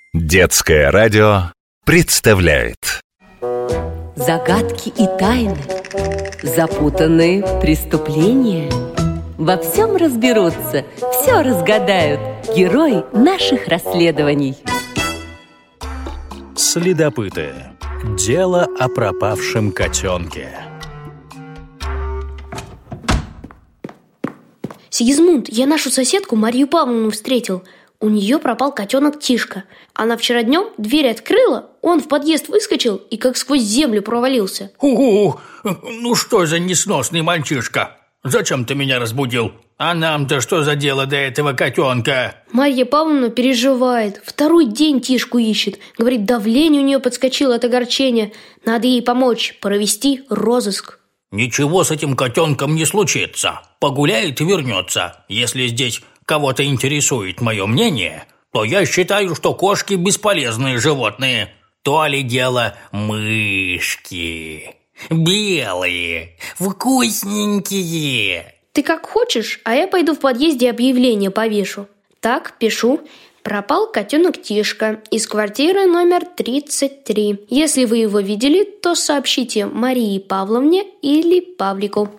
Детское радио представляет Загадки и тайны, запутанные преступления. Во всем разберутся, все разгадают герои наших расследований. Следопыты. Дело о пропавшем котенке. Сигизмунд, я нашу соседку Марию Павловну встретил. У нее пропал котенок Тишка. Она вчера днем дверь открыла, он в подъезд выскочил и как сквозь землю провалился. Ну что за несносный мальчишка? Зачем ты меня разбудил? А нам-то что за дело до этого котенка? Марья Павловна переживает. Второй день Тишку ищет. Говорит, давление у нее подскочило от огорчения. Надо ей помочь, провести розыск. Ничего с этим котенком не случится. Погуляет и вернется. Если здесь кого-то интересует мое мнение, то я считаю, что кошки бесполезные животные. То ли дело мышки. Белые, вкусненькие. Ты как хочешь, а я пойду в подъезде объявление повешу. Так, пишу. Пропал котенок Тишка из квартиры номер 33. Если вы его видели, то сообщите Марии Павловне или Павлику.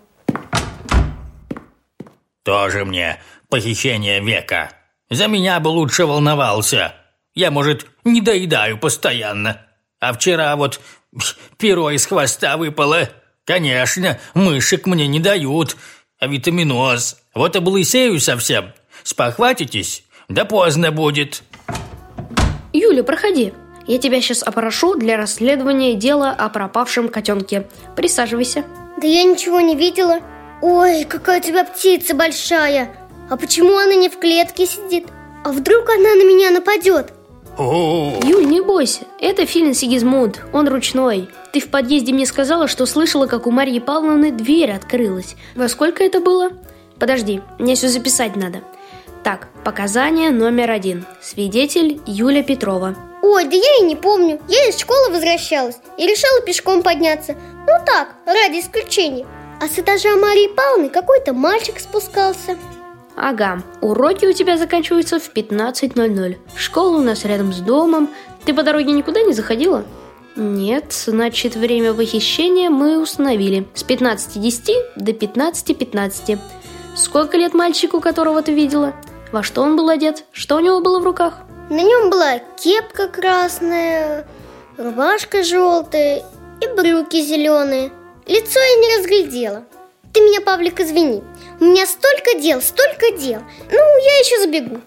Тоже мне похищение века. За меня бы лучше волновался. Я, может, не доедаю постоянно. А вчера вот перо из хвоста выпало. Конечно, мышек мне не дают. А витаминоз. Вот облысею совсем. Спохватитесь, да поздно будет. Юля, проходи. Я тебя сейчас опрошу для расследования дела о пропавшем котенке. Присаживайся. Да я ничего не видела. Ой, какая у тебя птица большая. А почему она не в клетке сидит? А вдруг она на меня нападет? Юль, не бойся, это филин Сигизмунд, он ручной. Ты в подъезде мне сказала, что слышала, как у Марьи Павловны дверь открылась. Во сколько это было? Подожди, мне все записать надо. Так, показания номер 1. Свидетель Юля Петрова. Ой, да я и не помню. Я из школы возвращалась и решила пешком подняться. Ну так, ради исключения. А с этажа Марьи Павловны какой-то мальчик спускался. Ага, уроки у тебя заканчиваются в 15:00. Школа у нас рядом с домом. Ты по дороге никуда не заходила? Нет, значит, время похищения мы установили с 15:10 до 15:15. Сколько лет мальчику, которого ты видела? Во что он был одет? Что у него было в руках? На нем была кепка красная, рубашка желтая и брюки зеленые. Лицо я не разглядела. Ты меня, Павлик, извини. У меня столько дел. Ну, я еще забегу.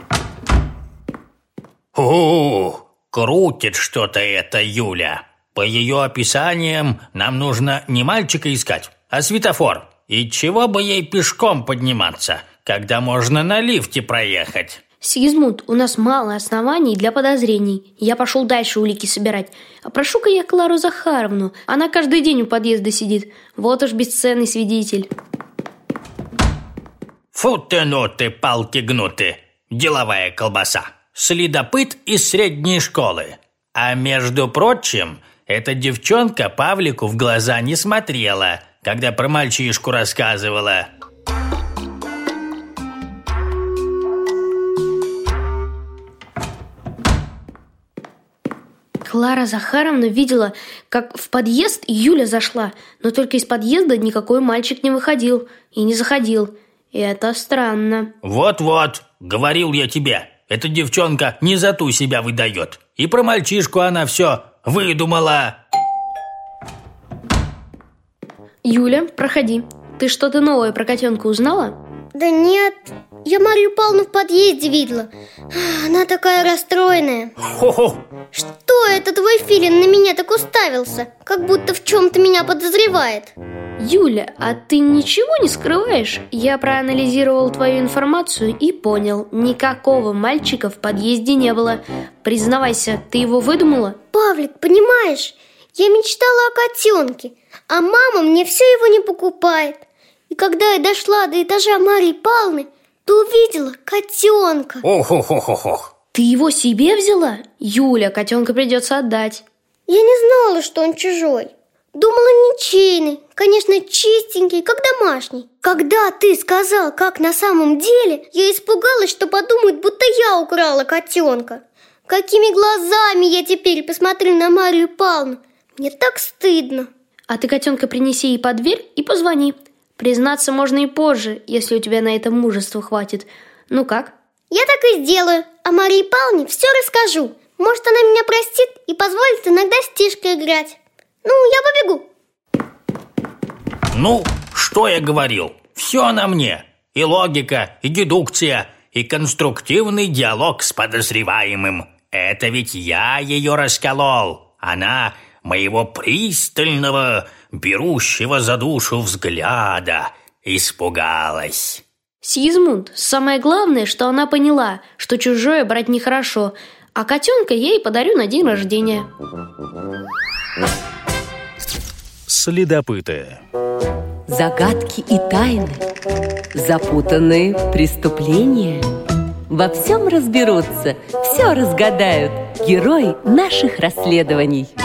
Крутит что-то это Юля. По ее описаниям нам нужно не мальчика искать, а светофор. И чего бы ей пешком подниматься, когда можно на лифте проехать? Сигизмунд, у нас мало оснований для подозрений. Я пошел дальше улики собирать. Опрошу-ка я Клару Захаровну. Она каждый день у подъезда сидит. Вот уж бесценный свидетель. Фу ты, ну ты, палки гнуты. Деловая колбаса. Следопыт из средней школы. А между прочим, эта девчонка Павлику в глаза не смотрела, когда про мальчишку рассказывала. Клара Захаровна видела, как в подъезд Юля зашла, но только из подъезда никакой мальчик не выходил и не заходил. И это странно. Вот-вот, говорил я тебе, эта девчонка не за ту себя выдает. И про мальчишку она все выдумала. Юля, проходи. Ты что-то новое про котенка узнала? Да нет, я Марию Павловну в подъезде видела. Она такая расстроенная. Что это твой филин на меня так уставился? Как будто в чем-то меня подозревает. Юля, а ты ничего не скрываешь? Я проанализировал твою информацию и понял, никакого мальчика в подъезде не было. Признавайся, ты его выдумала? Павлик, понимаешь, я мечтала о котенке, а мама мне все его не покупает. И когда я дошла до этажа Марьи Павловны, то увидела котенка. Ты его себе взяла? Юля, котенка придется отдать. Я не знала, что он чужой. Думала, ничейный, конечно, чистенький, как домашний. Когда ты сказал, как на самом деле, я испугалась, что подумают, будто я украла котенка. Какими глазами я теперь посмотрю на Марию Павловну? Мне так стыдно. А ты котенка принеси ей под дверь и позвони. Признаться можно и позже, если у тебя на это мужества хватит. Ну как? Я так и сделаю, а Марии Павловне все расскажу. Может, она меня простит и позволит иногда стишкой играть. Ну, я побегу. Ну, что я говорил? Все на мне. И логика, и дедукция, и конструктивный диалог с подозреваемым. Это ведь я ее расколол. Она моего пристального, берущего за душу взгляда испугалась. Сигизмунд, самое главное, что она поняла, что чужое брать нехорошо, а котенка я ей подарю на день рождения. Следопыты. Загадки и тайны, запутанные преступления. Во всем разберутся, все разгадают герои наших расследований.